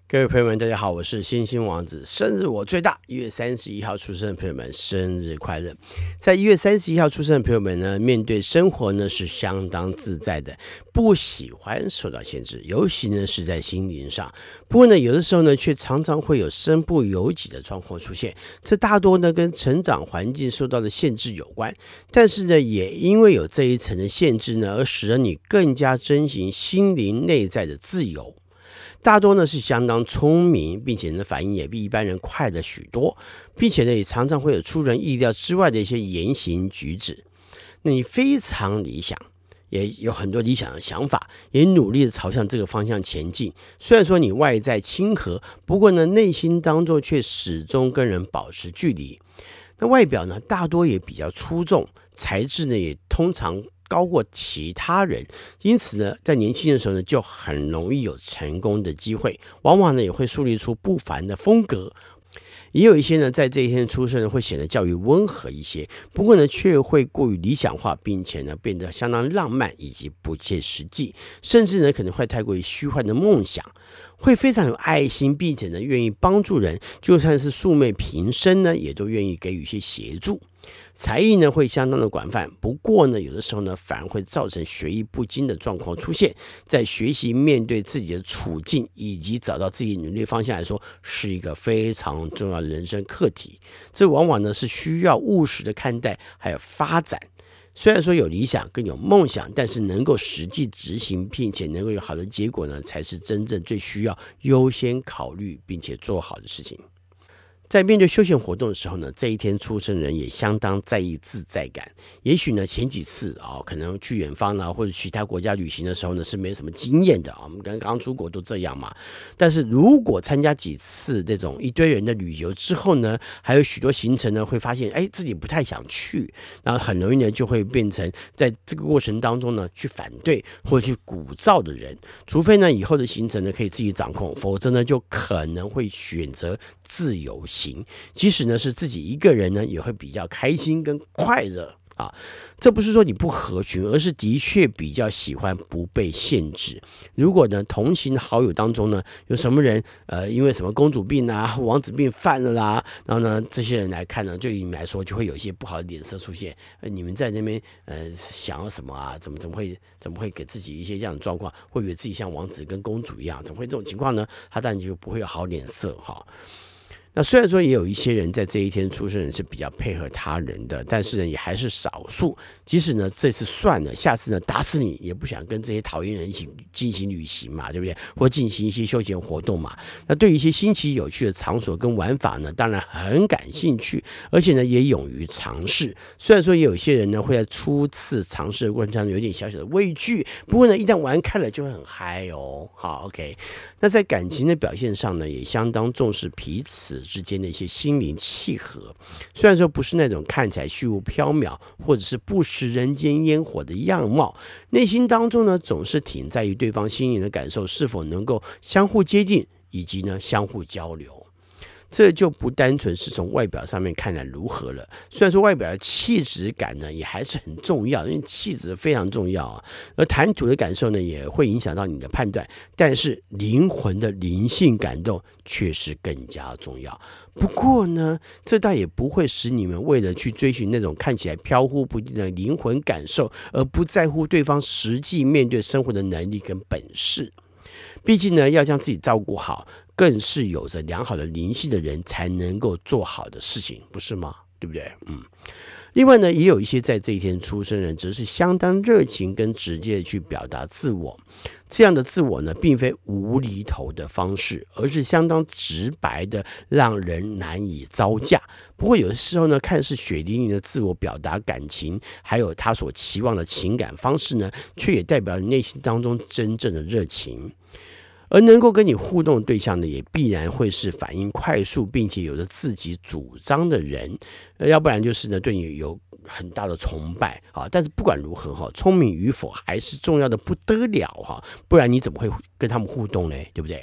各位朋友们，大家好，我是星星王子，生日我最大，1月31号出生的朋友们，生日快乐！在1月31号出生的朋友们呢，面对生活呢是相当自在的，不喜欢受到限制，尤其呢是在心灵上。不过呢，有的时候呢，却常常会有身不由己的状况出现，这大多呢跟成长环境受到的限制有关，但是呢，也因为有这一层的限制呢，而使得你更加珍惜心灵内在的自由。大多呢是相当聪明，并且呢反应也比一般人快了许多，并且呢也常常会有出人意料之外的一些言行举止。那你非常理想，也有很多理想的想法，也努力的朝向这个方向前进。虽然说你外在亲和，不过呢内心当中却始终跟人保持距离。那外表呢大多也比较出众，才智呢也通常高过其他人，因此呢，在年轻的时候呢，就很容易有成功的机会，往往呢也会树立出不凡的风格。也有一些呢，在这一天出生呢，会显得较为温和一些，不过呢，却会过于理想化，并且呢，变得相当浪漫以及不切实际，甚至呢，可能会太过于虚幻的梦想。会非常有爱心，并且呢，愿意帮助人，就算是素昧平生呢，也都愿意给予一些协助。才艺呢会相当的广泛，不过呢，有的时候呢反而会造成学艺不精的状况出现。在学习面对自己的处境以及找到自己努力方向来说，是一个非常重要的人生课题。这往往呢是需要务实的看待，还有发展。虽然说有理想更有梦想，但是能够实际执行，并且能够有好的结果呢，才是真正最需要优先考虑并且做好的事情。在面对休闲活动的时候呢，这一天出生人也相当在意自在感。也许呢，前几次可能去远方呢，或者其他国家旅行的时候呢，是没什么经验的我们刚出国都这样嘛。但是如果参加几次这种一堆人的旅游之后呢，还有许多行程呢，会发现自己不太想去，然后很容易呢就会变成在这个过程当中呢去反对或者去鼓噪的人。除非呢以后的行程呢可以自己掌控，否则呢就可能会选择自由行。即使呢是自己一个人呢，也会比较开心跟快乐啊。这不是说你不合群，而是的确比较喜欢不被限制。如果呢同行好友当中呢有什么人因为什么公主病啊、王子病犯了啦，然后呢这些人来看呢，对于你们来说就会有一些不好的脸色出现。你们在那边想要什么啊？怎么会给自己一些这样的状况？会以为自己像王子跟公主一样？怎么会这种情况呢？他当然就不会有好脸色哈。那虽然说也有一些人在这一天出生人是比较配合他人的，但是呢也还是少数。即使呢这次算了，下次呢打死你也不想跟这些讨厌人一起进行旅行嘛，对不对？或进行一些休闲活动嘛。那对于一些新奇有趣的场所跟玩法呢，当然很感兴趣，而且呢也勇于尝试。虽然说也有一些人呢会在初次尝试的过程当中有点小小的畏惧，不过呢一旦玩开了就会很嗨哦。好 ，OK。那在感情的表现上呢，也相当重视彼此之间的一些心灵契合。虽然说不是那种看起来虚无缥缈或者是不食人间烟火的样貌，内心当中呢总是挺在于对方心灵的感受是否能够相互接近，以及呢相互交流。这就不单纯是从外表上面看来如何了，虽然说外表的气质感呢也还是很重要，因为气质非常重要啊。而谈吐的感受呢也会影响到你的判断，但是灵魂的灵性感动却是更加重要。不过呢，这倒也不会使你们为了去追寻那种看起来飘忽不定的灵魂感受，而不在乎对方实际面对生活的能力跟本事。毕竟呢，要将自己照顾好，更是有着良好的灵性的人才能够做好的事情，不是吗？对不对？另外呢，也有一些在这一天出生人，则是相当热情跟直接的去表达自我。这样的自我呢，并非无厘头的方式，而是相当直白的，让人难以招架。不过有的时候呢，看似血淋淋的自我表达感情，还有他所期望的情感方式呢，却也代表了内心当中真正的热情。而能够跟你互动的对象呢，也必然会是反应快速并且有着自己主张的人，要不然就是呢对你有很大的崇拜啊。但是不管如何聪明与否还是重要的不得了不然你怎么会跟他们互动呢？对不对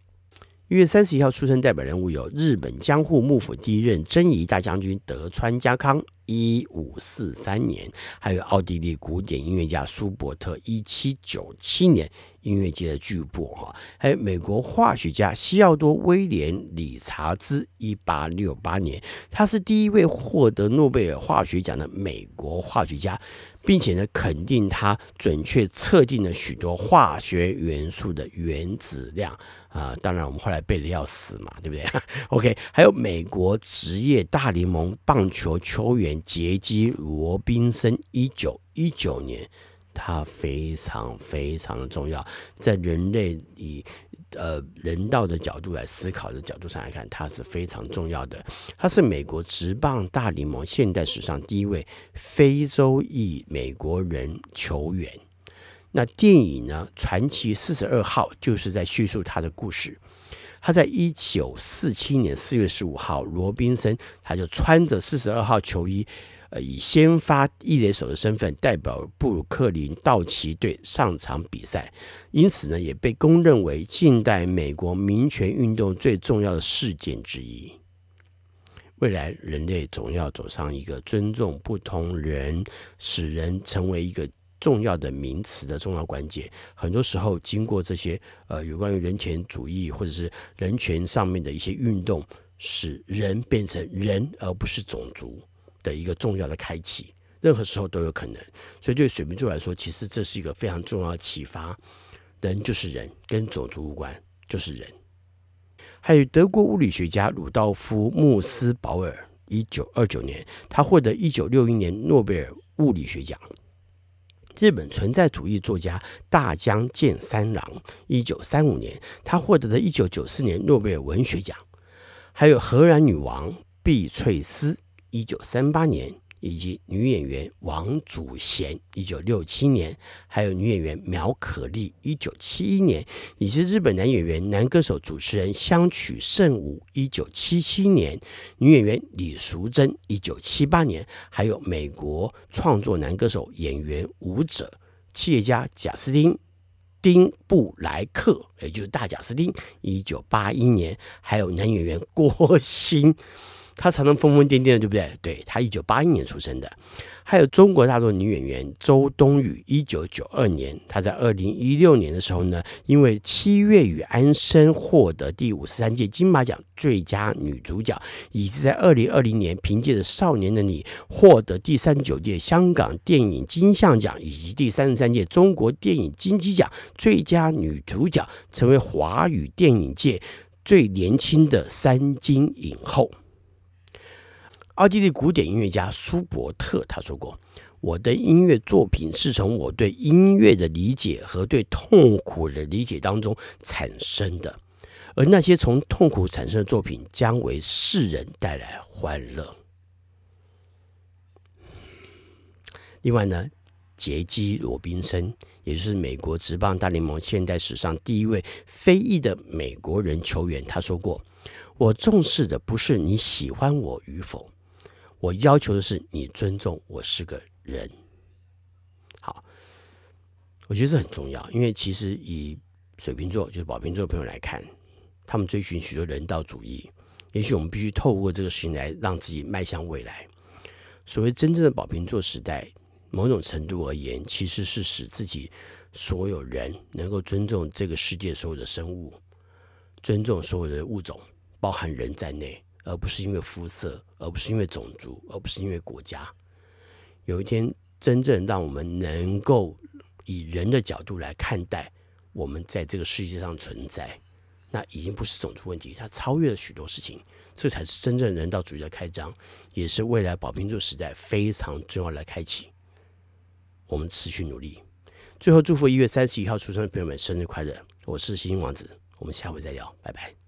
？1月31号出生代表人物有日本江户幕府第一任征夷大将军德川家康， 1543年，还有奥地利古典音乐家舒伯特1797年音乐界的巨擘，还有美国化学家西奥多·威廉·理查兹1868年，他是第一位获得诺贝尔化学奖的美国化学家，并且呢肯定他准确测定了许多化学元素的原子量。当然我们后来背得要死嘛，对不对？OK， 还有美国职业大联盟棒球球员杰基·罗宾森1919年，他非常非常的重要，在人类以人道的角度来思考的角度上来看，他是非常重要的。他是美国职棒大联盟现代史上第一位非洲裔美国人球员。那电影呢，传奇42号就是在叙述他的故事。他在1947年4月15号，罗宾森他就穿着42号球衣，以先发一垒手的身份代表布鲁克林道奇队上场比赛，因此呢，也被公认为近代美国民权运动最重要的事件之一。未来人类总要走上一个尊重不同人，使人成为一个重要的名词的重要关键。很多时候经过这些有关于人权主义或者是人权上面的一些运动，使人变成人而不是种族的一个重要的开启，任何时候都有可能。所以对水瓶座来说，其实这是一个非常重要的启发，人就是人，跟种族无关，就是人。还有德国物理学家鲁道夫·穆斯堡尔1929年，他获得1961年诺贝尔物理学奖。日本存在主义作家大江健三郎1935年，他获得了1994年诺贝尔文学奖。还有荷兰女王碧翠丝1938年，以及女演员王祖贤1967年，还有女演员苗可丽1971年，以及日本男演员、男歌手、主持人香取慎吾1977年，女演员李淑珍1978年，还有美国创作男歌手、演员、舞者、企业家贾斯汀丁布莱克，也就是大贾斯汀1981年，还有男演员郭鑫，他常常疯疯癫癫的，对不对？对，他1981年出生的。还有中国大陆女演员周冬雨1992年，她在2016年的时候呢，因为《七月与安生》获得第53届金马奖最佳女主角，以及在2020年凭借着《少年的你》获得第39届香港电影金像奖以及第33届中国电影金鸡奖最佳女主角，成为华语电影界最年轻的3金影后。奥地利古典音乐家舒伯特他说过，我的音乐作品是从我对音乐的理解和对痛苦的理解当中产生的，而那些从痛苦产生的作品将为世人带来欢乐。另外呢，杰基·罗宾森，也就是美国职棒大联盟现代史上第一位非裔的美国人球员，他说过，我重视的不是你喜欢我与否，我要求的是你尊重我是个人。好，我觉得这很重要，因为其实以水瓶座就是宝瓶座的朋友来看，他们追寻许多人道主义，也许我们必须透过这个事情来让自己迈向未来。所谓真正的宝瓶座时代，某种程度而言，其实是使自己所有人能够尊重这个世界所有的生物，尊重所有的物种，包含人在内，而不是因为肤色，而不是因为种族，而不是因为国家。有一天真正让我们能够以人的角度来看待我们在这个世界上存在，那已经不是种族问题，它超越了许多事情，这才是真正人道主义的开张，也是未来宝瓶座时代非常重要的开启。我们持续努力。最后祝福1月31号出生的朋友们生日快乐！我是星星王子，我们下回再聊，拜拜。